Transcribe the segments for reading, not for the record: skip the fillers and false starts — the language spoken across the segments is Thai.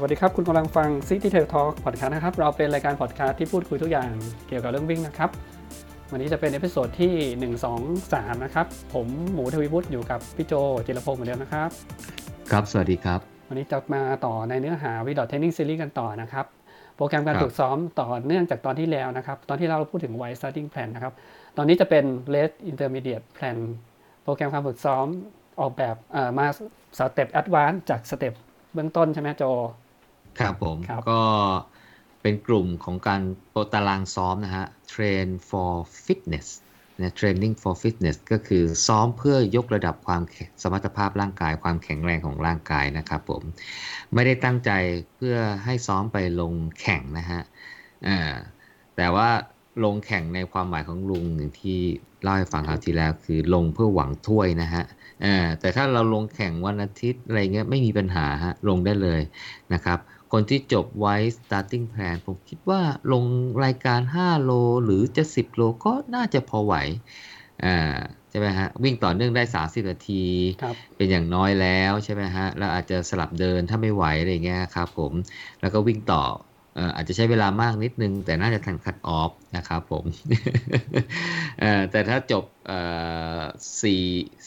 วัสดีครับคุณกำลังฟัง City Tail Talk Podcast นะครับเราเป็นรายการพอดแคสต์ที่พูดคุยทุกอย่างเกี่ยวกับเรื่องวิ่งนะครับวันนี้จะเป็นเอพิโซดที่123นะครับผมหมูทวีวุฒิอยู่กับพี่โจจิรพงศ์เหมือนเดิมนะครับครับสวัสดีครับวันนี้จะมาต่อในเนื้อหา Without Training Series กันต่อนะครับโปรแกรมการครับฝึกซ้อมต่อเนื่องจากตอนที่แล้วนะครับตอนที่เราพูดถึง Wide Starting Plan นะครับตอนนี้จะเป็น Late Intermediate Plan โปรแกรมการฝึกซ้อมออกแบบมาสเต็ป Advance จากสเต็ปเบื้องต้นใช่ไหมโจครับผมครับก็เป็นกลุ่มของการโปรตารางซ้อมนะฮะ Train for Fitness นะ Training for Fitness ก็คือซ้อมเพื่อยกระดับความสมรรถภาพร่างกายความแข็งแรงของร่างกายนะครับผมไม่ได้ตั้งใจเพื่อให้ซ้อมไปลงแข่งนะฮะอ่าแต่ว่าลงแข่งในความหมายของลุงอย่างที่เล่าให้ฟังคราวที่แล้วคือลงเพื่อหวังถ้วยนะฮะแต่ถ้าเราลงแข่งวันอาทิตย์อะไรเงี้ยไม่มีปัญหาฮะลงได้เลยนะครับคนที่จบไว้ starting plan ผมคิดว่าลงรายการ5โลหรือจะ10โลก็น่าจะพอไหวอ่าใช่ไหมฮะวิ่งต่อเนื่องได้30นาทีครับเป็นอย่างน้อยแล้วใช่ไหมฮะแล้วอาจจะสลับเดินถ้าไม่ไหวอะไรเงี้ยครับผมแล้วก็วิ่งต่ออาจจะใช้เวลามากนิดนึงแต่น่าจะทันคัตออฟนะครับผม แต่ถ้าจบสี่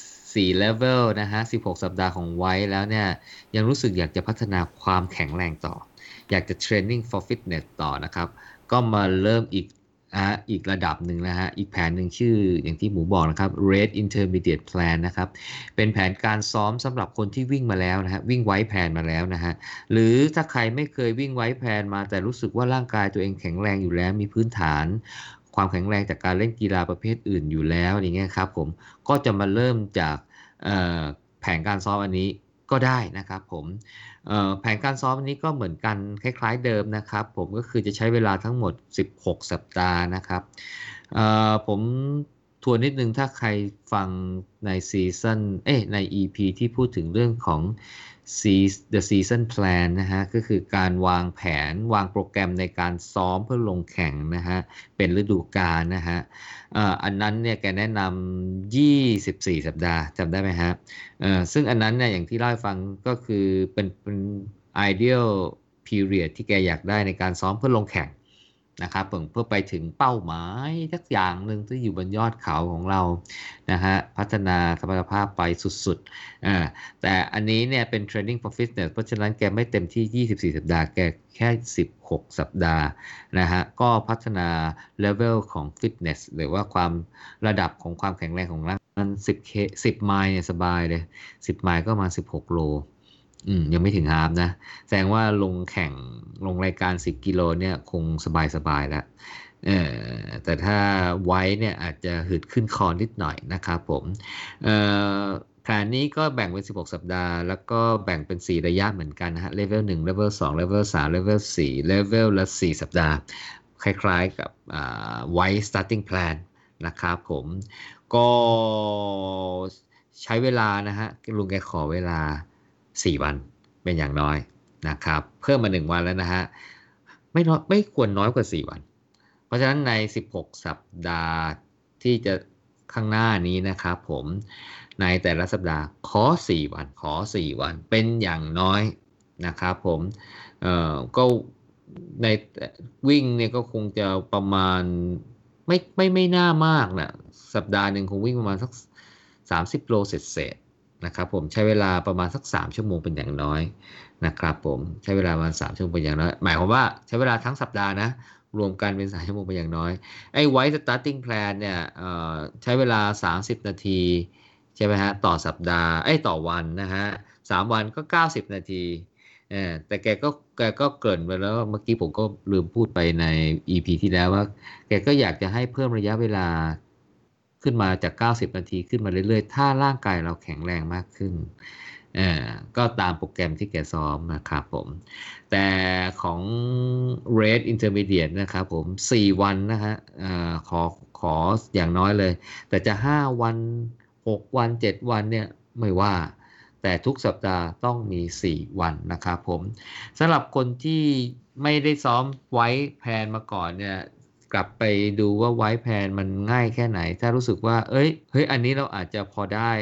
4เลเวลนะฮะ16สัปดาห์ของไว้แล้วเนี่ยยังรู้สึกอยากจะพัฒนาความแข็งแรงต่ออยากจะ training for fitness ต่อนะครับก็มาเริ่มอีกระดับหนึ่งนะฮะอีกแผนหนึ่งชื่ออย่างที่หมูบอกนะครับ Red Intermediate Plan นะครับเป็นแผนการซ้อมสำหรับคนที่วิ่งมาแล้วนะฮะวิ่งไว้แผนมาแล้วนะฮะหรือถ้าใครไม่เคยวิ่งไว้แผนมาแต่รู้สึกว่าร่างกายตัวเองแข็งแรงอยู่แล้วมีพื้นฐานความแข็งแรงจากการเล่นกีฬาประเภทอื่นอยู่แล้วอย่างเงี้ยครับผมก็จะมาเริ่มจากแผนการซ้อมอันนี้ก็ได้นะครับผมแผนการซ้อมอันนี้ก็เหมือนกันคล้ายๆเดิมนะครับผมก็คือจะใช้เวลาทั้งหมด16สัปดาห์นะครับผมทวนนิดนึงถ้าใครฟังในซีซั่นใน EP ที่พูดถึงเรื่องของ The Season Plan นะฮะก็คือการวางแผนวางโปรแกรมในการซ้อมเพื่อลงแข่งนะฮะเป็นฤดูกาลนะฮะอันนั้นเนี่ยแกแนะนำ24สัปดาห์จำได้ไหมฮะซึ่งอันนั้นเนี่ยอย่างที่เล่าให้ฟังก็คือเป็น ideal period ที่แกอยากได้ในการซ้อมเพื่อลงแข่งนะครับเพื่อไปถึงเป้าหมายสักอย่างหนึ่งที่อยู่บนยอดเขาของเรานะฮะพัฒนาสมรรถภาพไปสุดๆแต่อันนี้เนี่ยเป็น training for fitness เพราะฉะนั้นแกไม่เต็มที่24สัปดาห์แกแค่16สัปดาห์นะฮะก็พัฒนา level ของ fitness หรือว่าความระดับของความแข็งแรงของร่างมัน10 ไมล์เนี่ยสบายเลย10ไมล์ก็มา16โลยังไม่ถึงฮาล์ฟนะแสดงว่าลงรายการ10กิโลเนี่ยคงสบายแล้วแต่ถ้าไว้เนี่ยอาจจะหืดขึ้นคอนิดหน่อยนะครับผมเอ่อแผนนี้ก็แบ่งเป็น16สัปดาห์แล้วก็แบ่งเป็น4ระยะเหมือนกันนะฮะเลเวล1เลเวล2เลเวล3เลเวล4เลเวลละ4สัปดาห์คล้ายๆกับไว้ starting plan นะครับผมก็ใช้เวลานะฮะลุงแกขอเวลา4วันเป็นอย่างน้อยนะครับเพิ่มมา1วันแล้วนะฮะไม่ควรน้อยกว่า4วันเพราะฉะนั้นใน16สัปดาห์ที่จะข้างหน้านี้นะครับผมในแต่ละสัปดาห์ขอ4วันเป็นอย่างน้อยนะครับผมก็ในวิ่งเนี่ยก็คงจะประมาณไม่น่ามากนะสัปดาห์หนึ่งคงวิ่งประมาณสัก30โลเศษนะครับผมใช้เวลาประมาณสัก3ชั่วโมงเป็นอย่างน้อยนะครับผมใช้เวลาประมาณ3ชั่วโมงเป็นอย่างน้อยหมายความว่าใช้เวลาทั้งสัปดาห์นะรวมกันเป็น3ชั่วโมงเป็นอย่างน้อยไอ้ White Starting Plan เนี่ยใช้เวลา30นาทีใช่ไหมฮะต่อสัปดาห์ต่อวันนะฮะ3วันก็90นาทีแต่แกก็เกริ่นไปแล้วเมื่อกี้ผมก็ลืมพูดไปใน EP ที่แล้วว่าแกก็อยากจะให้เพิ่มระยะเวลาขึ้นมาจาก90นาทีขึ้นมาเรื่อยๆถ้าร่างกายเราแข็งแรงมากขึ้นก็ตามโปรแกรมที่แกซ้อมนะครับผมแต่ของ Red Intermediate นะครับผม4วันนะฮะขออย่างน้อยเลยแต่จะ5วัน6วัน7วันเนี่ยไม่ว่าแต่ทุกสัปดาห์ต้องมี4วันนะครับผมสำหรับคนที่ไม่ได้ซ้อมไว้แพลนมาก่อนเนี่ยกลับไปดูว่าไว้แพลนมันง่ายแค่ไหนถ้ารู้สึกว่าเฮ้ยอันนี้เราอาจจะพอได้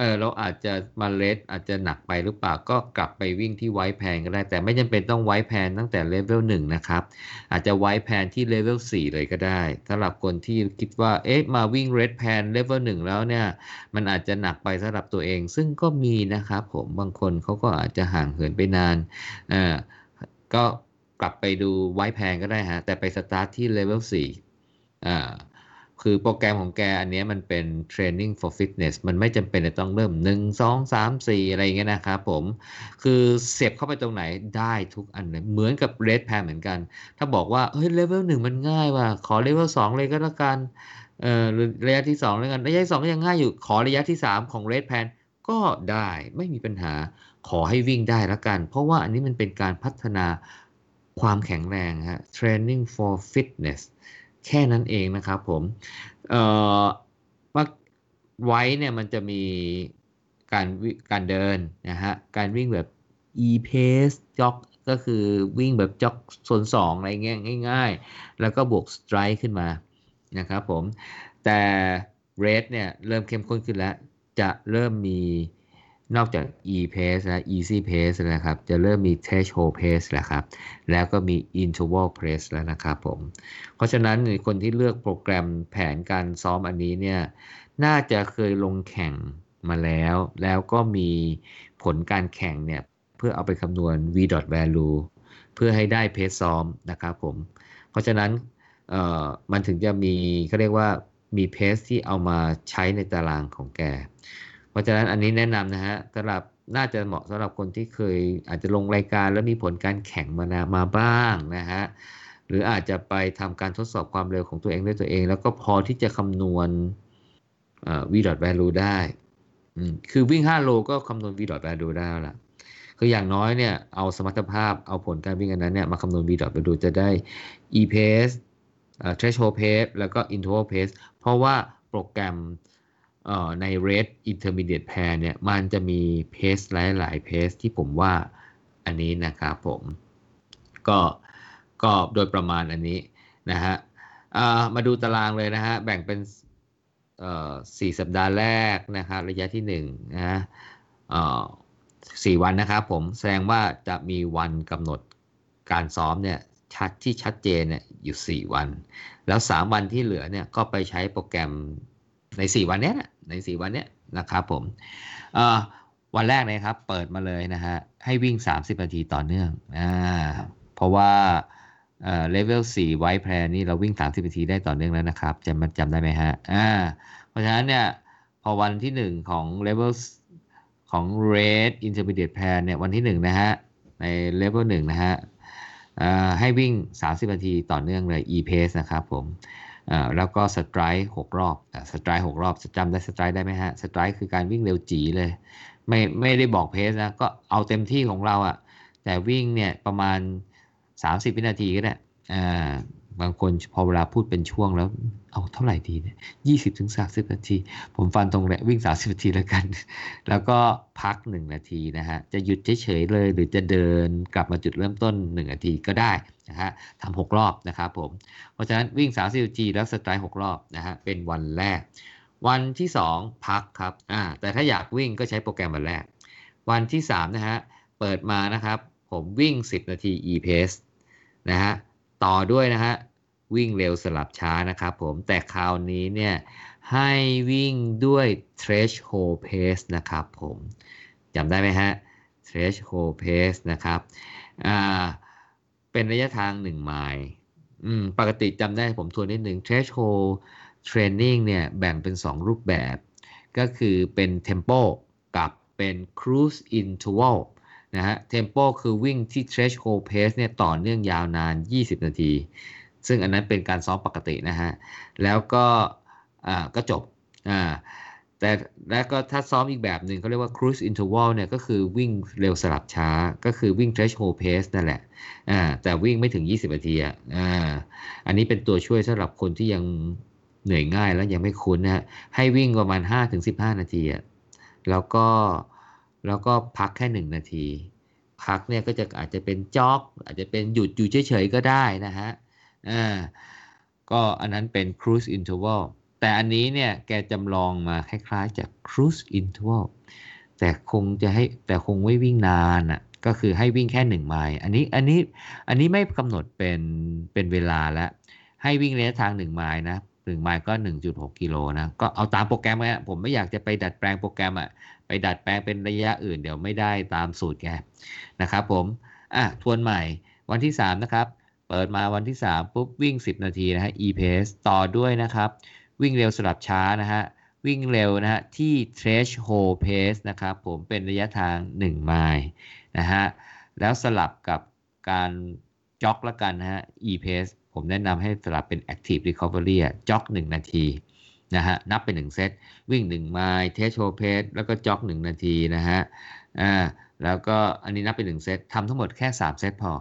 เราอาจจะมาเลสอาจจะหนักไปหรือเปล่าก็กลับไปวิ่งที่ไวท์แพนก็ได้แต่ไม่จำเป็นต้องไวท์แพนตั้งแต่เลเวล1นะครับอาจจะไวท์แพนที่เลเวล4เลยก็ได้สำหรับคนที่คิดว่าเอ๊ะมาวิ่งเรดแพนเลเวล1แล้วเนี่ยมันอาจจะหนักไปสำหรับตัวเองซึ่งก็มีนะครับผมบางคนเขาก็อาจจะห่างเหินไปนานเอ่อก็กลับไปดูไวท์แพนก็ได้ฮะแต่ไปสตาร์ทที่เลเวล4อ่า คือโปรแกรมของแกอันนี้มันเป็น training for fitness มันไม่จำเป็นจะต้องเริ่ม1 2 3 4อะไรอย่างเงี้ยนะครับผมคือเสียบเข้าไปตรงไหนได้ทุกอันเลยเหมือนกับ Red Pan เหมือนกันถ้าบอกว่าเฮ้ยเลเวล1มันง่ายว่ะขอเลเวล2เลยก็แล้วกันหรือระยะที่2แล้วกันระยะที่2ก็ยังง่ายอยู่ขอระยะที่3ของ Red Pan ก็ได้ไม่มีปัญหาขอให้วิ่งได้แล้วกันเพราะว่าอันนี้มันเป็นการพัฒนาความแข็งแรงฮะ training for fitness แค่นั้นเองนะครับผมเอ่อว่าไว้เนี่ยมันจะมีการเดินนะฮะการวิ่งแบบ e-pace จ็อกก็คือวิ่งแบบจ็อกโซน 2อะไรเงี้ยง่ายๆแล้วก็บวกสไตร์ขึ้นมานะครับผมแต่เรดเนี่ยเริ่มเข้มข้นขึ้นแล้วจะเริ่มมีนอกจาก e-pace และ easy pace นะครับจะเริ่มมี threshold pace แล้วครับแล้วก็มี interval pace แล้วนะครับผม เพราะฉะนั้นคนที่เลือกโปรแกรมแผนการซ้อมอันนี้เนี่ยน่าจะเคยลงแข่งมาแล้วแล้วก็มีผลการแข่งเนี่ยเพื่อเอาไปคำนวณ v.value เพื่อให้ได้เพจซ้อมนะครับผมเพราะฉะนั้นมันถึงจะมีเขาเรียกว่ามีเพจที่เอามาใช้ในตารางของแกเพราะฉะนั้นอันนี้แนะนำนะฮะสำหรับน่าจะเหมาะสำหรับคนที่เคยอาจจะลงรายการแล้วมีผลการแข่งมาบ้างนะฮะ หรืออาจจะไปทำการทดสอบความเร็วของตัวเองด้วยตัวเองแล้วก็พอที่จะคำนวณv.value ได้คือวิ่ง5โลก็คำนวณ v.value ได้แล้วล่ะคืออย่างน้อยเนี่ยเอาสมรรถภาพเอาผลการวิ่งอันนั้นเนี่ยมาคำนวณ v.value จะได้ e-pace threshold pace แล้วก็ interval pace เพราะว่าโปรแกรมใน Red Intermediate Pair เนี่ยมันจะมี pace หลายๆ pace ที่ผมว่าอันนี้นะครับผมก็ก็โดยประมาณอันนี้นะฮะมาดูตารางเลยนะฮะแบ่งเป็น4 สัปดาห์แรกนะครับระยะที่1นะเอ่อ4 วันนะครับผมแสดงว่าจะมีวันกำหนดการซ้อมเนี่ยชัดเจนเนี่ยอยู่4 วันแล้ว3 วันที่เหลือเนี่ยก็ไปใช้โปรแกรมใน4 วันเนี้ยใน4 วันเนี้ยนะครับผมเอ่อวันแรกเลยครับเปิดมาเลยนะฮะให้วิ่ง30 นาทีต่อเนื่องเพราะว่าเลเวล4ไวท์แพลนนี่เราวิ่ง30 นาทีได้ต่อเนื่องแล้วนะครับจำได้ไหมฮะเพราะฉะนั้นเนี่ยพอวันที่1ของเลเวลของ Red Intermediate Plan เนี่ยวันที่1นะฮะในเลเวล1นะฮะให้วิ่ง30 นาทีต่อเนื่องเลย e-pace นะครับผมแล้วก็สไตร์6 รอบสไตร์6 รอบจำได้สไตร์ได้ไหมฮะสไตร์คือการวิ่งเร็วจีเลยไม่ได้บอกเพสนะก็เอาเต็มที่ของเราอ่ะแต่วิ่งเนี่ยประมาณ30 วินาทีก็ได้อ่าบางคนพอเวลาพูดเป็นช่วงแล้วเอาเท่าไหร่ดีเนี่ย20 ถึง 30 นาทีผมฟันตรงเลยวิ่ง30 นาทีแล้วกัน แล้วก็พัก1 นาทีนะฮะจะหยุดเฉยๆเลยหรือจะเดินกลับมาจุดเริ่มต้น1 นาทีก็ได้นะฮะทำ6 รอบนะครับผมเพราะฉะนั้นวิ่ง30 นาทีแล้วสไตร์6 รอบนะฮะเป็นวันแรกวันที่2พักครับแต่ถ้าอยากวิ่งก็ใช้โปรแกรมวันแรกวันที่3นะฮะเปิดมานะครับผมวิ่ง10 นาที e-pace นะฮะต่อด้วยนะฮะวิ่งเร็วสลับช้านะครับผมแต่คราวนี้เนี่ยให้วิ่งด้วย threshold pace นะครับผมจำได้ไหมฮะ threshold pace นะครับอ่าเป็นระยะทาง1 ไมล์ปกติจำได้ผมทวนนิดหนึ่ง threshold training เนี่ยแบ่งเป็น2 รูปแบบก็คือเป็น tempo กับเป็น cruise interval นะฮะ tempo คือวิ่งที่ threshold pace เนี่ยต่อเนื่องยาวนาน20 นาทีซึ่งอันนั้นเป็นการซ้อมปกตินะฮะแล้วก็จบแต่แล้วก็ถ้าซ้อมอีกแบบหนึ่งเขาเรียกว่า cruise interval เนี่ยก็คือวิ่งเร็วสลับช้าก็คือวิ่ง threshold pace นั่นแหละแต่วิ่งไม่ถึง20 นาทีอันนี้เป็นตัวช่วยสำหรับคนที่ยังเหนื่อยง่ายแล้วยังไม่คุ้นนะฮะให้วิ่งประมาณ5 ถึง 15 นาทีแล้วก็พักแค่1 นาทีพักเนี่ยก็จะอาจจะเป็นจ็อกอาจจะเป็นหยุดอยู่เฉยๆก็ได้นะฮะก็อันนั้นเป็น cruise interval แต่อันนี้เนี่ยแกจำลองมาคล้ายๆจาก cruise interval แต่คงไม่วิ่งนานอ่ะก็คือให้วิ่งแค่1 ไมล์อันนี้ไม่กำหนดเป็นเวลาแล้วให้วิ่งระยะทาง1 ไมล์นะ1 ไมล์ก็1.6 กิโลนะก็เอาตามโปรแกรมนะผมไม่อยากจะไปดัดแปลงโปรแกรมอ่ะไปดัดแปลงเป็นระยะอื่นเดี๋ยวไม่ได้ตามสูตรแกนะครับผมทวนใหม่วันที่3นะครับเปิดมาวันที่3ปุ๊บวิ่ง10 นาทีนะฮะ e-pace ต่อด้วยนะครับวิ่งเร็วสลับช้านะฮะวิ่งเร็วนะฮะที่ threshold pace นะครับผมเป็นระยะทาง1 ไมล์นะฮะแล้วสลับกับการจ็อกละกันนะฮะ e-pace ผมแนะนำให้สลับเป็น active recovery จ็อก1 นาทีนะฮะนับเป็น1 เซตวิ่ง1 ไมล์ threshold pace แล้วก็จ็อก1 นาทีนะฮะแล้วก็อันนี้นับเป็น1 เซตทำทั้งหมดแค่3 เซตพอ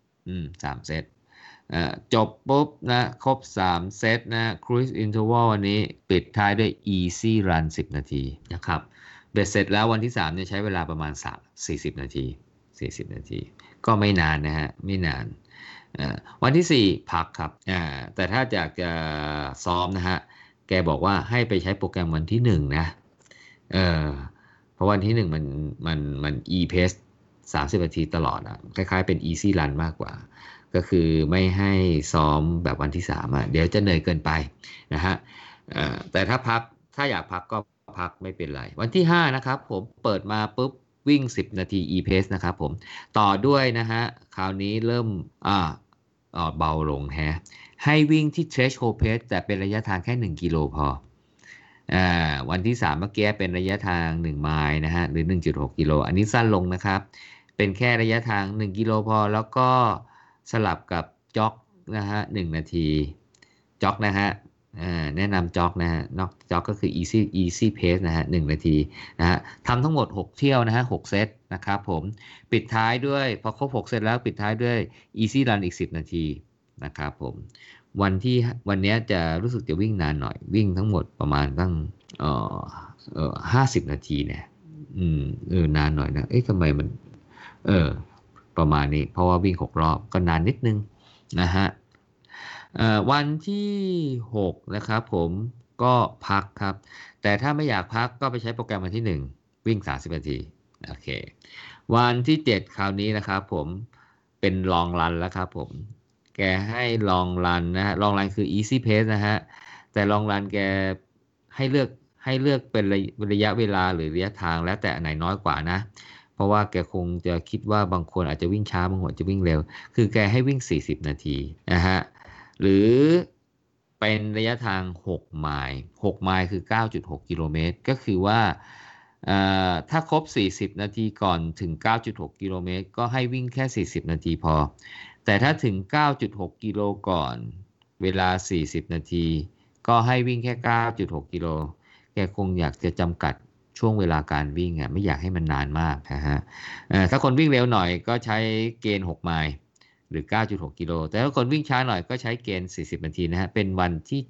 3 เซตจบปุ๊บนะครบ3 เซตนะ cruise interval วันนี้ปิดท้ายด้วย easy run 10 นาทีนะครับเบ็ดเสร็จแล้ววันที่3เนี่ยใช้เวลาประมาณ40 นาที40 นาทีก็ไม่นานนะฮะไม่นานวันที่4พักครับแต่ถ้าอยากจะซ้อมนะฮะแกบอกว่าให้ไปใช้โปรแกรมวันที่1นะเพราะวันที่1มัน e-pace 30 นาทีตลอดอะคล้ายๆเป็น easy run มากกว่าก็คือไม่ให้ซ้อมแบบวันที่3เดี๋ยวจะเหนื่อยเกินไปนะฮะแต่ถ้าอยากพักก็พักไม่เป็นไรวันที่5นะครับผมเปิดมาปุ๊บวิ่ง10 นาที e-pace นะครับผมต่อด้วยนะฮะคราวนี้เริ่มเบาลงให้วิ่งที่ threshold pace แต่เป็นระยะทางแค่1 กิโลพอวันที่3เมื่อกี้เป็นระยะทาง1 ไมล์นะฮะหรือ 1.6 กิโลอันนี้สั้นลงนะครับเป็นแค่ระยะทาง1 กิโลพอแล้วก็สลับกับจ็อกนะฮะ1 นาทีจ็อกนะฮะแนะนำจ็อกนะฮะนอกจ็อกก็คือ easy pace นะฮะ1 นาทีนะฮะทำทั้งหมด6 เที่ยวนะฮะ6 เซตนะครับผมปิดท้ายด้วยพอครบ6 เซตแล้วปิดท้ายด้วย easy run อีก10 นาทีนะครับผมวันนี้จะรู้สึกจะวิ่งนานหน่อยวิ่งทั้งหมดประมาณตั้ง50 นาทีเนี่ยนานหน่อยนะทำไมมันประมาณนี้เพราะว่าวิ่ง6 รอบก็นานนิดนึงนะฮะวันที่6นะครับผมก็พักครับแต่ถ้าไม่อยากพักก็ไปใช้โปรแกรมวันที่1วิ่ง30 นาทีโอเควันที่7คราวนี้นะครับผมเป็นลองรันแล้วครับผมแกให้ลองรันนะฮะลองรันคือ easy pace นะฮะแต่ลองรันแกให้เลือกเป็นระยะเวลาหรือระยะทางแล้วแต่อันไหนน้อยกว่านะเพราะว่าแกคงจะคิดว่าบางคนอาจจะวิ่งช้าบางคนจะวิ่งเร็วคือแกให้วิ่ง40 นาทีนะฮะหรือเป็นระยะทาง6 ไมล์6 ไมล์คือ 9.6 กิโลเมตรก็คือว่าถ้าครบ40 นาทีก่อนถึง 9.6 กิโลเมตรก็ให้วิ่งแค่40 นาทีพอแต่ถ้าถึง 9.6 กิโลก่อนเวลา40 นาทีก็ให้วิ่งแค่ 9.6 กิโลแกคงอยากจะจำกัดช่วงเวลาการวิ่งไม่อยากให้มันนานมากนะฮะถ้าคนวิ่งเร็วหน่อยก็ใช้เกณฑ์6 ไมล์หรือ 9.6 กิโลแต่ถ้าคนวิ่งช้าหน่อยก็ใช้เกณฑ์40 นาทีนะฮะเป็นวันที่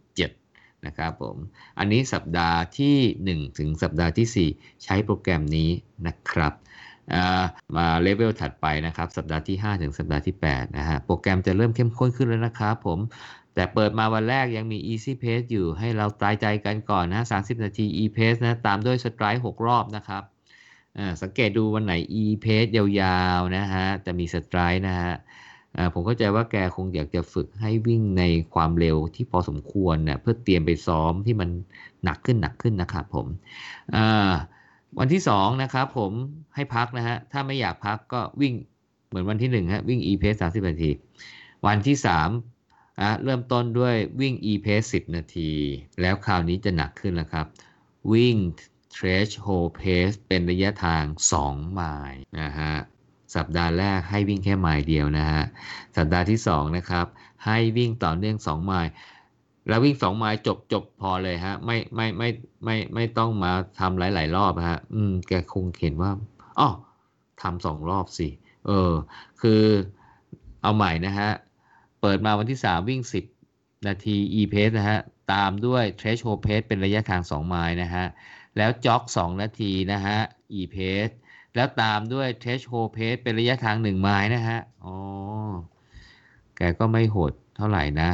7นะครับผมอันนี้สัปดาห์ที่1ถึงสัปดาห์ที่4ใช้โปรแกรมนี้นะครับมาเลเวลถัดไปนะครับสัปดาห์ที่5ถึงสัปดาห์ที่8นะฮะโปรแกรมจะเริ่มเข้มข้นขึ้นแล้วนะครับผมแต่เปิดมาวันแรกยังมี easy pace อยู่ให้เราตายใจกันก่อนนะ30 นาที e pace นะตามด้วย strike 6 รอบนะครับสังเกตดูวันไหน e pace ยาวๆนะฮะจะมี strike นะฮะผมเข้าใจว่าแกคงอยากจะฝึกให้วิ่งในความเร็วที่พอสมควรเนี่ยเพื่อเตรียมไปซ้อมที่มันหนักขึ้นนะครับผมวันที่2นะครับผมให้พักนะฮะถ้าไม่อยากพักก็วิ่งเหมือนวันที่1ฮะวิ่ง e-pace 30 นาทีวันที่3เริ่มต้นด้วยวิ่ง e-pace 10 นาทีแล้วคราวนี้จะหนักขึ้นแล้วครับวิ่ง threshold pace เป็นระยะทาง2 ไมล์นะฮะสัปดาห์แรกให้วิ่งแค่ไมล์เดียวนะฮะสัปดาห์ที่2นะครับให้วิ่งต่อเนื่อง2 ไมล์แล้ววิ่ง2 ไมล์จบพอเลยฮะไม่ต้องมาทำหลายๆรอบฮะแกคงเห็นว่าทำ2 รอบสิคือเอาใหม่นะฮะเปิดมาวันที่3วิ่ง10 นาที e-pace นะฮะตามด้วย threshold pace เป็นระยะทาง2 ไมล์นะฮะแล้วจ็อก2 นาทีนะฮะ e-pace แล้วตามด้วย threshold pace เป็นระยะทาง1 ไมล์นะฮะแกก็ไม่โหดเท่าไหร่นะ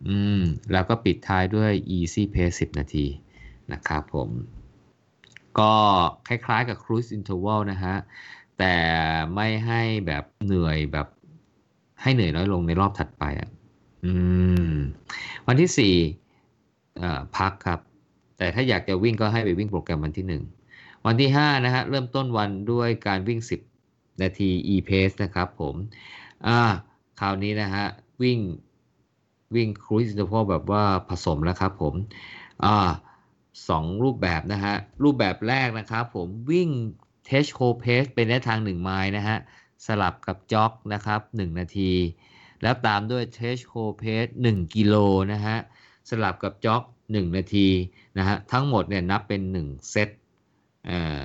อืมแล้วก็ปิดท้ายด้วย easy pace 10 นาทีนะครับผมก็คล้ายๆกับ cruise interval นะฮะแต่ไม่ให้แบบเหนื่อยแบบให้เหนื่อยน้อยลงในรอบถัดไปอ่ะอืมวันที่สี่พักครับแต่ถ้าอยากจะวิ่งก็ให้ไปวิ่งโปรแกรมวันที่หนึ่งวันที่ห้านะฮะเริ่มต้นวันด้วยการวิ่ง10 นาที e-pace นะครับผมอ่าคราวนี้นะฮะวิ่งวิ่ง cruise interval แบบว่าผสมแล้วครับผมอ่าสองรูปแบบนะฮะรูปแบบแรกนะครับผมวิ่ง Tech c o pace เป็นระยะทาง1ไมล์นะฮะสลับกับจ็อกนะครับ1นาทีแล้วตามด้วย Tech c o pace 1กิโลนะฮะสลับกับจ็อก1นาทีนะฮะทั้งหมดเนี่ยนับเป็น1เซตเอ่อ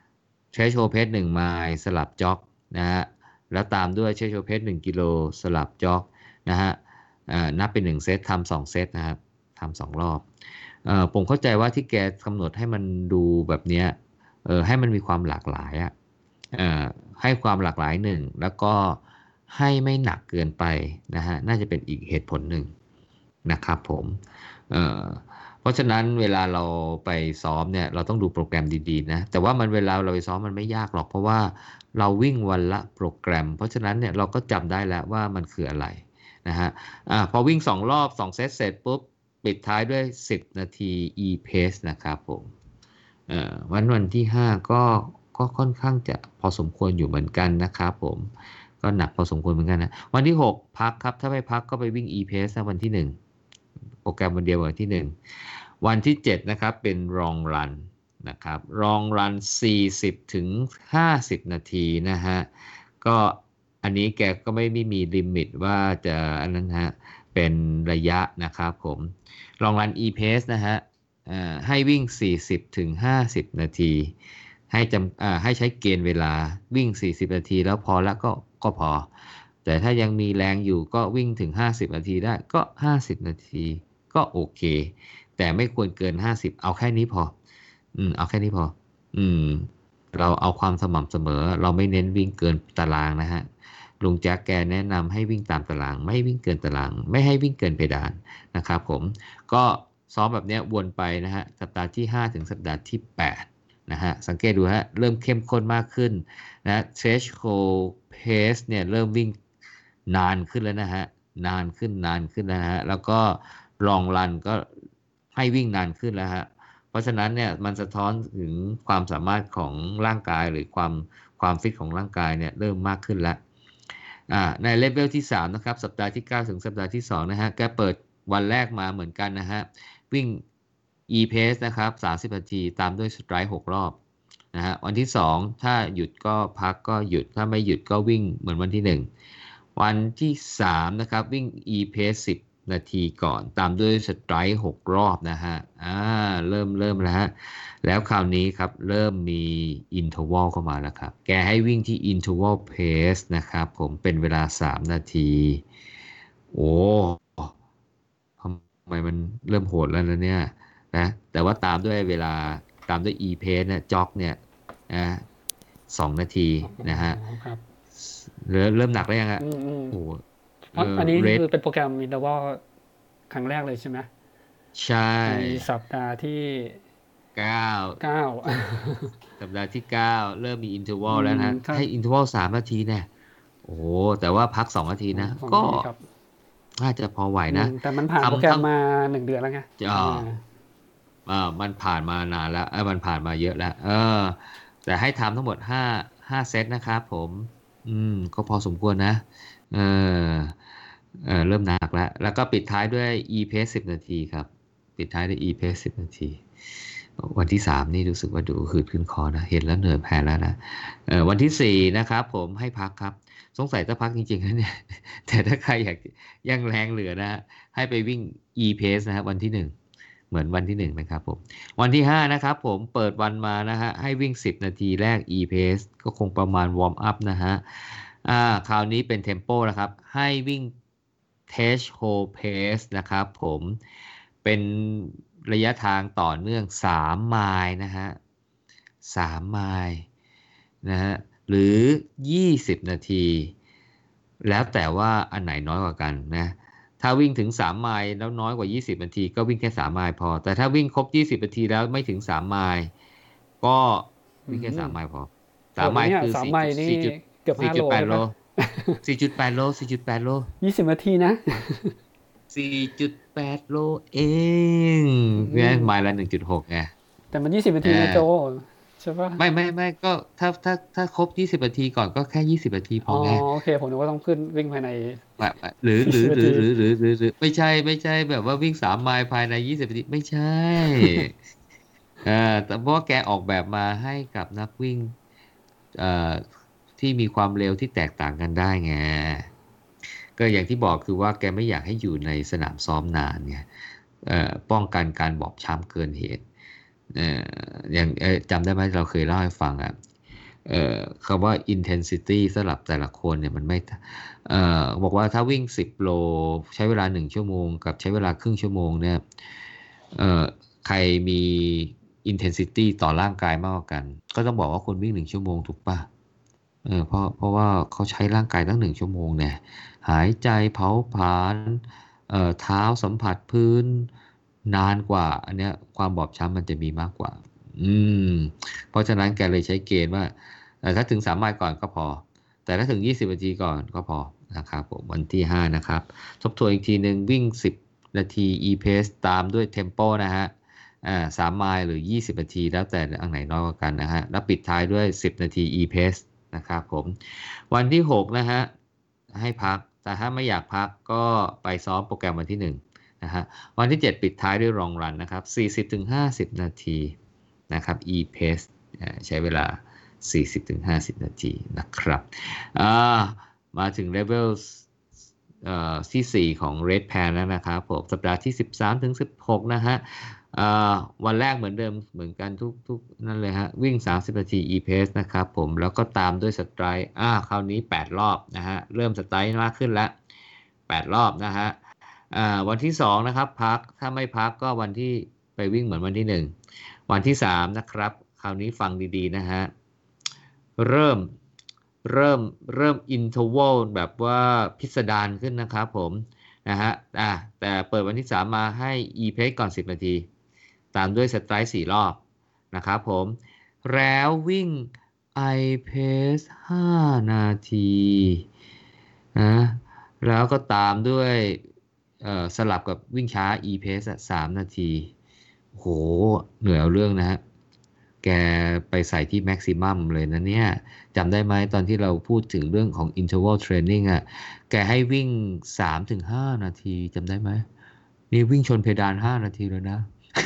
Tech c o pace 1ไมล์สลับจ็อกนะฮะแล้วตามด้วย Tech c o pace 1กิโลสลับจ็อกนะฮะนับเป็น1เซตทำ2เซตนะครับทำ2รอบผมเข้าใจว่าที่แกกำหนดให้มันดูแบบเนี้ยให้มันมีความหลากหลายอ่ะเอ่อให้ความหลากหลายหนึ่งแล้วก็ให้ไม่หนักเกินไปนะฮะน่าจะเป็นอีกเหตุผลหนึ่งนะครับผมเอ่อเพราะฉะนั้นเวลาเราไปซ้อมเนี่ยเราต้องดูโปรแกรมดีๆนะแต่ว่ามันเวลาเราไปซ้อมมันไม่ยากหรอกเพราะว่าเราวิ่งวันละโปรแกรมเพราะฉะนั้นเนี่ยเราก็จำได้แล้วว่ามันคืออะไรนะฮะพอวิ่ง2รอบ2เซตเสร็จปุ๊บปิดท้ายด้วย10นาที e-pace นะครับผม วันที่5ก็ค่อนข้างจะพอสมควรอยู่เหมือนกันนะครับผมก็หนักพอสมควรเหมือนกันนะวันที่6พักครับถ้าไม่พักก็ไปวิ่ง e-pace นะวันที่1โปรแกรมวันเดียววันที่1วันที่7นะครับเป็น long run นะครับ long run 40ถึง50นาทีนะฮะก็อันนี้แกก็ไม่มีลิมิตว่าจะอันนั้นฮะเป็นระยะนะครับผม long run e-pace นะฮะ ให้วิ่ง40ถึง50นาทีให้ใช้เกณฑ์เวลาวิ่ง40นาทีแล้วพอแล้วก็พอแต่ถ้ายังมีแรงอยู่ก็วิ่งถึง50นาทีได้ก็50นาทีก็โอเคแต่ไม่ควรเกิน50เอาแค่นี้พอเอาแค่นี้พออืมเราเอาความสม่ำเสมอเราไม่เน้นวิ่งเกินตารางนะฮะลุงแจ็คแกแนะนำให้วิ่งตามตารางไม่วิ่งเกินตารางไม่ให้วิ่งเกินเพดานนะครับผม ก็ซ้อมแบบนี้วนไปนะฮะสัปดาห์ที่5ถึงสัปดาห์ที่8นะฮะสังเกตดูฮะเริ่มเข้มข้นมากขึ้นนะ threshold pace เนี่ยเริ่มวิ่งนานขึ้นแล้วนะฮะนานขึ้นแล้วนะฮะแล้วก็ long run ก็ให้วิ่งนานขึ้นแล้วฮะเพราะฉะนั้นเนี่ยมันสะท้อนถึงความสามารถของร่างกายหรือความฟิตของร่างกายเนี่ยเริ่มมากขึ้นแล้วในเลเวลที่3นะครับสัปดาห์ที่9ถึงสัปดาห์ที่2นะฮะแกเปิดวันแรกมาเหมือนกันนะฮะวิ่ง e-pace นะครับ30นาทีตามด้วยสไตร์6รอบนะฮะวันที่2ถ้าหยุดก็พักก็หยุดถ้าไม่หยุดก็วิ่งเหมือนวันที่1วันที่3นะครับวิ่ง e-pace 10นาทีก่อนตามด้วยสไตร์6รอบนะฮะเริ่มแล้วฮะ แล้วคราวนี้ครับเริ่มมีอินเทอร์วัลเข้ามาแล้วครับแกให้วิ่งที่อินเทอร์วัลเพสนะครับผมเป็นเวลา3นาทีโอ้ทำไมมันเริ่มโหดแล้วนะเนี่ยนะแต่ว่าตามด้วย e pace เนี่ยจ็อกเนี่ยนะ2 นาทีอ๋อนะฮะครับเริ่มหนักแล้วยังฮะอืมอืมโอ้เพราะอันนี้เรดคือเป็นโปรแกรมอินเทอร์วัลครั้งแรกเลยใช่ไหมใชใน่สัปดาห์ที่ 9 9 สัปดาห์ที่9เริ่มมีอินเทอร์วัอืลแล้วมนะฮะถ้าให้อินเทอร์วัล3 นาทีเนี่ยโอ้โหแต่ว่าพัก2 นาทีนะสองก็นาทีครับน่าจะพอไหวนะแต่มันผ่านโปรแกรมทำมา1 เดือนแล้วไงอ่าอ่ามันผ่านมานานแล้วมันผ่านมาเยอะแล้วแต่ให้ทำทั้งหมดห้าเซตนะครับผมก็พอสมควรนะเออเริ่มหนักแล้วก็ปิดท้ายด้วย e-pace 10นาทีครับปิดท้ายด้วย e-pace 10นาทีวันที่3นี่รู้สึกว่าดูหืดขึ้นคอนะเห็นแล้วเหนื่อยแพ้แล้วนะวันที่4นะครับผมให้พักครับสงสัยจะพักจริงๆนะเนี่ยแต่ถ้าใครอยากยังแรงเหลือนะให้ไปวิ่ง e-pace นะครับวันที่1เหมือนวันที่1นะครับผมวันที่5นะครับผมเปิดวันมานะฮะให้วิ่ง10นาทีแรก e-pace ก็คงประมาณวอร์มอัพนะฮะคราวนี้เป็นเทมโปนะครับให้วิ่ง Tech Hold Pace นะครับผมเป็นระยะทางต่อเนื่อง3ไมล์นะฮะ3ไมล์นะฮะหรือ20นาทีแล้วแต่ว่าอันไหนน้อยกว่ากันนะถ้าวิ่งถึง3ไมล์แล้วน้อยกว่า20นาทีก็วิ่งแค่3ไมล์พอแต่ถ้าวิ่งครบ20นาทีแล้วไม่ถึง3ไมล์ก็อืวิ่งแค่3ไมมล์พอโห 3ไมดนะเนี่ยล์คือ 3 ไมล์นี่เกือบ5 โล 4.8โลใช่ปะ 4.8โล4.8โล 20 นาทีนะ 4.8โลเองอืเนี่ยมไมล์ละ1.6ไงแต่มัน20 นาทีนะโจอ่าใช่ปะไม่ก็ถ้าครบ20นาทีก่อนก็แค่20นาทีพอ๋ออไงโอเคผมนึกว่าต้องขึ้นวิ่งภายในแบบหรือหรือ 20นาทีหรือหรือหรือหรือหรือไม่ใช่แบบว่าวิ่ง3ไมล์ภายใน20นาทีไม่ใช่แต่เพราะว่าแกออกแบบมาให้กับนักวิ่งเอ่อที่มีความเร็วที่แตกต่างกันได้ไงก็อย่างที่บอกคือว่าแกไม่อยากให้อยู่ในสนามซ้อมนานไงป้องกันการบอบช้ำเกินเหตุอย่างจำได้ไหมเราเคยเล่าให้ฟังอ่ะคำว่า intensity สำหรับแต่ละคนเนี่ยมันไม่ บอกว่าถ้าวิ่ง10โลใช้เวลา1ชั่วโมงกับใช้เวลาครึ่งชั่วโมงเนี่ยเอ่อใครมี intensity ต่อร่างกายมากกว่ากันก็ต้องบอกว่าคนวิ่ง1ชั่วโมงถูกป่ะเพราะว่าเขาใช้ร่างกายตั้ง1 ชั่วโมงเนี่ยหายใจเผาผลาญเท้าสัมผัสพื้นนานกว่าอันเนี้ยความบอบช้ำมันจะมีมากกว่าอืมเพราะฉะนั้นแกเลยใช้เกณฑ์ว่าถ้าถึง3 ไมล์ก่อนก็พอ แต่ถ้าถึง20นาทีก่อนก็พอนะครับผมวันที่5นะครับทบทวนอีกทีหนึ่งวิ่ง10นาที e-pace ตามด้วย tempo นะฮะ3ไมล์หรือ20นาทีแล้วแต่อันไหนน้อยกว่ากันนะฮะแล้วปิดท้ายด้วย10นาที e-pace นะครับผมวันที่6นะฮะให้พักแต่ถ้าไม่อยากพักก็ไปซ้อมโปรแกรมวันที่1นะฮะวันที่7ปิดท้ายด้วย long run นะครับ40-50นาทีนะครับ e-pace ใช้เวลา40-50นาทีนะครับอ่ามาถึงเลเวลที่4ของ Red Pan แล้วนะครับผมสัปดาห์ที่13-16นะฮะวันแรกเหมือนเดิมเหมือนกันทุกนั่นเลยฮะวิ่ง30นาที e-pace นะครับผมแล้วก็ตามด้วยสไตร์คราวนี้8รอบนะฮะเริ่มสไตร์มากขึ้นแล้ว8รอบนะฮะวันที่2นะครับพักถ้าไม่พักก็วันที่ไปวิ่งเหมือนวันที่1วันที่3นะครับคราวนี้ฟังดีๆนะฮะ เริ่มเริ่มอินเทอร์วัลแบบว่าพิสดารขึ้นนะครับผมนะฮะแต่เปิดวันที่3มาให้ e-pace ก่อน10นาทีตามด้วยสไตร์4รอบนะครับผมแล้ววิ่ง i-pace 5นาทีนะแล้วก็ตามด้วยสลับกับวิ่งช้า e-pace 3นาทีโหเหนื่อยเอาเรื่องนะฮะ แกไปใส่ที่แม็กซิมัมเลยนะเนี่ยจำได้ไหมตอนที่เราพูดถึงเรื่องของ interval training อ่ะแกให้วิ่ง3-5นาทีจำได้ไหมนี่วิ่งชนเพดาน5นาทีแล้วนะ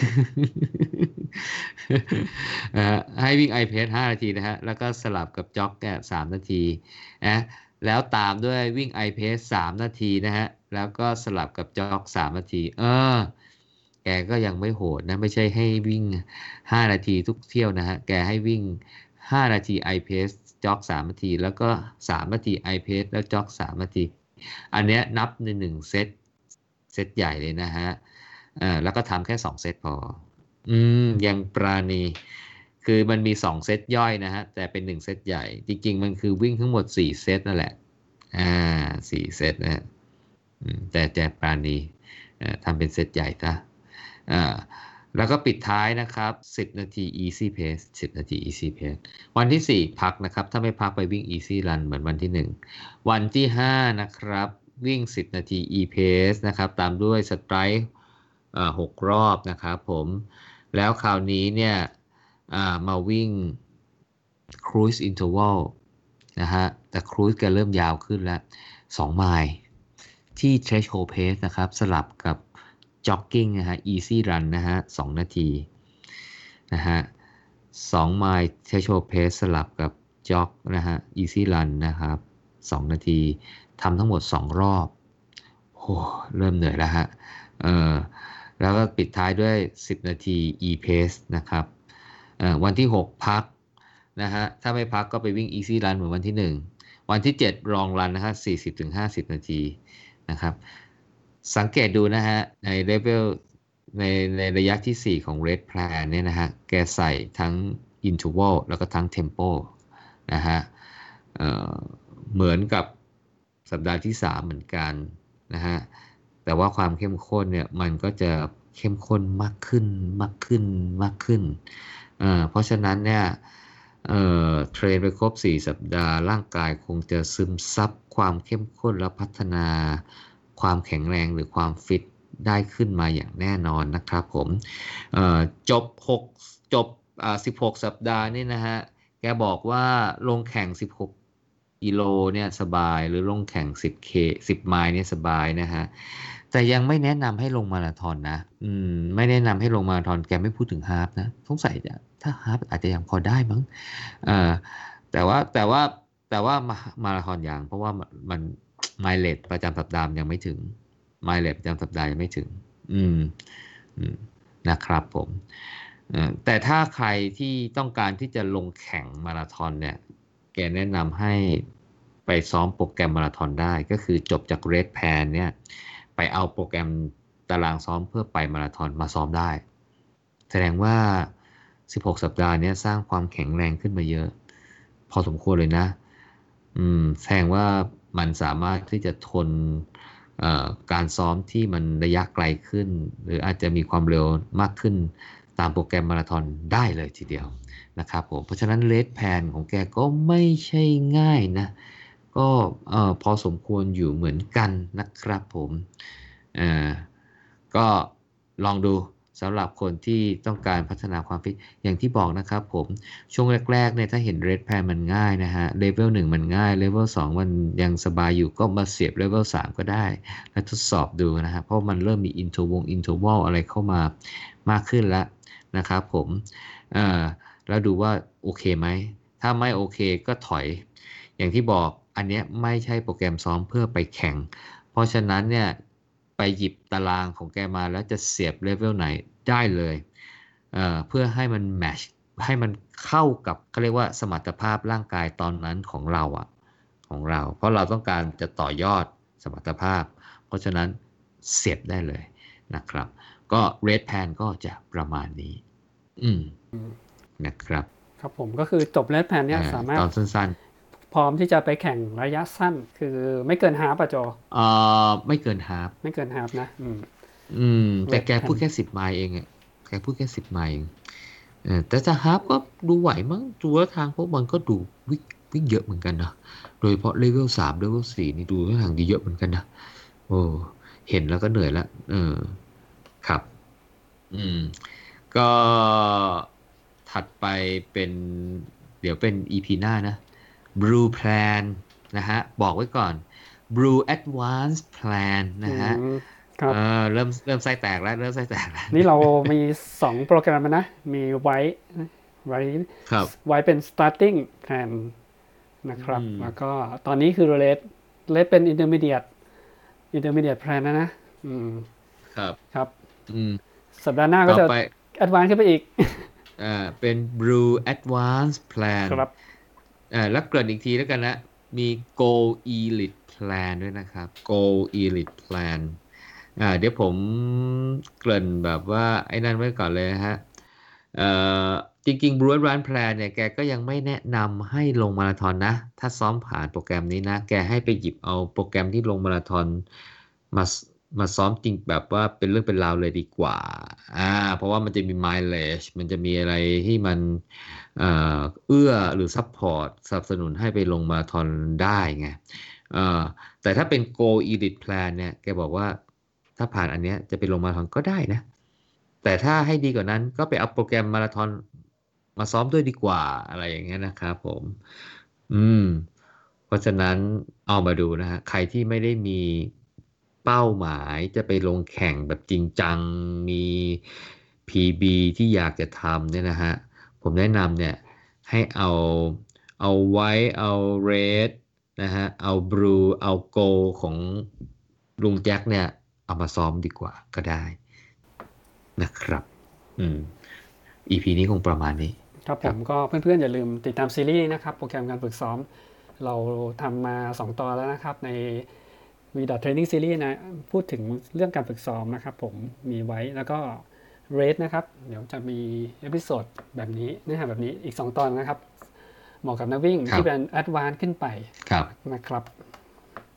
ให้วิ่ง iPace 5นาทีนะฮะแล้วก็สลับกับจ็อกแก3นาทีนะแล้วตามด้วยวิ่ง iPace 3นาทีนะฮะแล้วก็สลับกับจ็อก3นาทีแกก็ยังไม่โหดนะไม่ใช่ให้วิ่ง5นาทีทุกเที่ยวนะฮะแกให้วิ่ง5นาที i-pace จ็อก3นาทีแล้วก็3นาที i-pace แล้วจ็อก3นาทีอันเนี้ยนับใน1เซตใหญ่เลยนะฮะแล้วก็ทำแค่2เซตพอยังปราณีคือมันมี2เซตย่อยนะฮะแต่เป็น1เซตใหญ่จริงๆมันคือวิ่งทั้งหมด4เซตนั่นแหละอ่า4เซตนะฮะแต่ปราณีทำเป็นเซตใหญ่ซะ อ่าแล้วก็ปิดท้ายนะครับ10นาที easy pace 10นาที easy pace วันที่4พักนะครับถ้าไม่พักไปวิ่ง easy run เหมือนวันที่1วันที่5นะครับวิ่ง10นาที e pace นะครับตามด้วย strike 6รอบนะครับผมแล้วคราวนี้เนี่ยมาวิ่ง cruise interval นะฮะแต่ cruise ก็เริ่มยาวขึ้นแล้ว2ไมล์ที่ threshold pace นะครับสลับกับ jogging นะฮะ easy run นะฮะ2นาทีนะฮะ2ไมล์ threshold pace สลับกับ jog นะฮะ easy run นะครับ2นาทีทำทั้งหมด2รอบโอ้เริ่มเหนื่อยแล้วฮะเออแล้วก็ปิดท้ายด้วย10นาที e-pace นะครับวันที่6พักนะฮะถ้าไม่พักก็ไปวิ่ง easy run เหมือนวันที่1วันที่7 long run นะฮะ40-50นาทีนะครับสังเกตดูนะฮะในเลเวลในระยะที่4ของ Red Plan เนี่ยนะฮะแกใส่ทั้ง interval แล้วก็ทั้ง tempo นะฮะเอ่อเหมือนกับสัปดาห์ที่3เหมือนกันนะฮะแต่ว่าความเข้มข้นเนี่ยมันก็จะเข้มข้นมากขึ้นมากขึ้นมากขึ้นเพราะฉะนั้นเนี่ยเทรนไปครบ4สัปดาห์ร่างกายคงจะซึมซับความเข้มข้นและพัฒนาความแข็งแรงหรือความฟิตได้ขึ้นมาอย่างแน่นอนนะครับผมจบ6จบ16 สัปดาห์นี่นะฮะแกบอกว่าลงแข่ง16กิโลเนี่ยสบายหรือลงแข่ง10 ไมล์เนี่ยสบายนะฮะแต่ยังไม่แนะนำให้ลงมาราธอนนะไม่แนะนำให้ลงมาราธอนแกไม่พูดถึงฮาล์ฟนะสงสัยจะถ้าฮาล์ฟอาจจะยังพอได้มั้งเอ่อแต่ว่ามาราธอนอย่างเพราะว่ามันไมล์เลทประจำสัปดาห์ยังไม่ถึงไมล์เลทประจำสัปดาห์ยังไม่ถึงอืมอืมนะครับผมแต่ถ้าใครที่ต้องการที่จะลงแข่งมาราธอนเนี่ยแกแนะนำให้ไปซ้อมโปรแกรมมาราธอนได้ก็คือจบจากเรดแพนเนี่ยไปเอาโปรแกรมตารางซ้อมเพื่อไปมาราธอนมาซ้อมได้แสดงว่า16 สัปดาห์นี้สร้างความแข็งแรงขึ้นมาเยอะพอสมควรเลยนะแสดงว่ามันสามารถที่จะทนการซ้อมที่มันระยะไกลขึ้นหรืออาจจะมีความเร็วมากขึ้นตามโปรแกรมมาราธอนได้เลยทีเดียวนะครับผมเพราะฉะนั้นเลสแพนของแกก็ไม่ใช่ง่ายนะก็พอสมควรอยู่เหมือนกันนะครับผมก็ลองดูสำหรับคนที่ต้องการพัฒนาความฟิตอย่างที่บอกนะครับผมช่วงแรกๆเนี่ยถ้าเห็นเรดแพนมันง่ายนะฮะเลเวล1มันง่ายเลเวล2มันยังสบายอยู่ก็มาเสียบเลเวล3ก็ได้และทดสอบดูนะฮะเพราะมันเริ่มมีอินเทอร์วัลอะไรเข้ามามากขึ้นแล้วนะครับผมแล้วดูว่าโอเคไหมถ้าไม่โอเคก็ถอยอย่างที่บอกอันเนี้ยไม่ใช่โปรแกรมซ้อมเพื่อไปแข่งเพราะฉะนั้นเนี่ยไปหยิบตารางของแกมาแล้วจะเสียบเลเวลไหนได้เลยเพื่อให้มันแมชให้มันเข้ากับเขาเรียกว่าสมรรถภาพร่างกายตอนนั้นของเราเพราะเราต้องการจะต่อยอดสมรรถภาพเพราะฉะนั้นเสียบได้เลยนะครับก็เรดแพนก็จะประมาณนี้นะครับครับผมก็คือจบเลสแพนเนี่ยสามารถตอนสั้นพร้อมที่จะไปแข่งระยะสั้นคือไม่เกินฮาล์ฟป่ะโจไม่เกินฮาล์ฟไม่เกินฮาล์ฟนะแต่แกพูดแค่10 ไมล์เองอ่ะแกพูดแค่10 ไมล์เองแต่ถ้าฮาล์ฟก็ดูไหวมั้งดูแล้วทางพวกมันก็ดูวิ่งเยอะเหมือนกันนะโดยเฉพาะเลเวล3เลเวล4นี่ดูท่าทางดีเยอะเหมือนกันนะโอ้เห็นแล้วก็เหนื่อยละครับก็ถัดไปเป็นเดี๋ยวเป็น EP หน้านะ Blue Plan นะฮะบอกไว้ก่อน Blue Advanced Plan นะฮะเริ่มไส้แตกแล้วนี่เรามี2โปรแกรมนะมีไว้เป็น starting plan นะครับแล้วก็ตอนนี้คือ red เป็น intermediate plan นะครับสัปดาห์หน้าก็จะ advance ขึ้นไปอีกเป็น Blue Advanced Plan ครับแล้วเกริ่นอีกทีแล้วกันนะมี Go Elite Plan ด้วยนะครับ Go Elite Plan เดี๋ยวผมเกริ่นแบบว่าไอ้นั่นไว้ก่อนเลยนะฮะจริงๆ Blue Advanced Plan เนี่ยแกก็ยังไม่แนะนำให้ลงมาราธอนนะถ้าซ้อมผ่านโปรแกรมนี้นะแกให้ไปหยิบเอาโปรแกรมที่ลงมาราธอนมาซ้อมจริงแบบว่าเป็นเรื่องเป็นราวเลยดีกว่าเพราะว่ามันจะมี mileage มันจะมีอะไรที่มันเอื้อหรือซัพพอร์ตสนับสนุนให้ไปลงมาราธอนได้ไงแต่ถ้าเป็น Go Elite Plan เนี่ยแกบอกว่าถ้าผ่านอันเนี้ยจะไปลงมาราธอนก็ได้นะแต่ถ้าให้ดีกว่านั้นก็ไปเอาโปรแกรมมาราธอนมาซ้อมด้วยดีกว่าอะไรอย่างเงี้ยนะครับผมเพราะฉะนั้นเอามาดูนะฮะใครที่ไม่ได้มีเป้าหมายจะไปลงแข่งแบบจริงจังมี PB ที่อยากจะทำเนี่ยนะฮะผมแนะนำเนี่ยให้เอาไว้เอาเรดนะฮะเอาบลูเอาโกของลุงแจ็คเนี่ยเอามาซ้อมดีกว่าก็ได้นะครับEP นี้คงประมาณนี้ครับผมก็เพื่อนๆอย่าลืมติดตามซีรีส์นะครับโปรแกรมการฝึกซ้อมเราทำมา2 ตอนแล้วนะครับใน V.Training Series นะพูดถึงเรื่องการฝึกซ้อมนะครับผมมีไว้แล้วก็ Race นะครับเดี๋ยวจะมีเอพิโซดแบบนี้เนื้อหาแบบนี้อีก2 ตอนนะครับเหมาะกับนักวิ่งที่เป็น Advance ขึ้นไปนะครับ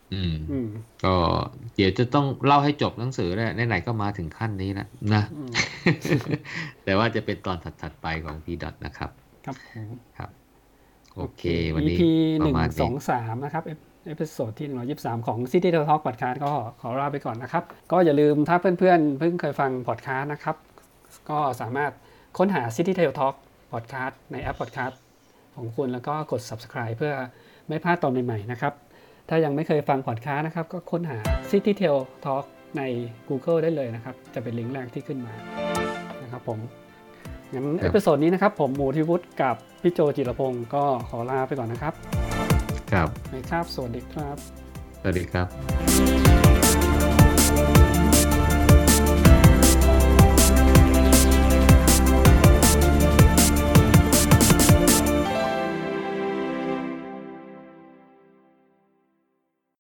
อืมอืมก็เดี๋ยวจะต้องเล่าให้จบหนังสือแล้วไหนๆก็มาถึงขั้นนี้แล้วนะอืมแต่ว่าจะเป็นตอนถัดๆไปของ P. นะครับครับผมครับ โอโอเคเควันนี้ EP ประมาณนี้ 123 นะครับเอพิโซดที่123ของ City Talk Podcast ก็ขอลาไปก่อนนะครับ ก็อย่าลืมถ้าเพื่อนๆเพิ่งเคยฟังพอดคาสต์นะครับ ก็สามารถค้นหา City Talk Podcast ในแอป Podcast ของคุณแล้วก็กด Subscribe เพื่อไม่พลาดตอนใหม่ๆนะครับ ถ้ายังไม่เคยฟังพอดคาสต์นะครับ ก็ค้นหา City Talk ใน Google ได้เลยนะครับ จะเป็นลิงก์แรกที่ขึ้นมานะครับผม งั้นครัเอบ พิโซดนี้นะครับผมหมูทิวุฒิกับพี่โจจิรพงศ์ก็ขอลาไปก่อนนะครับครับครับ สวัสดีครับสวัสดีครับ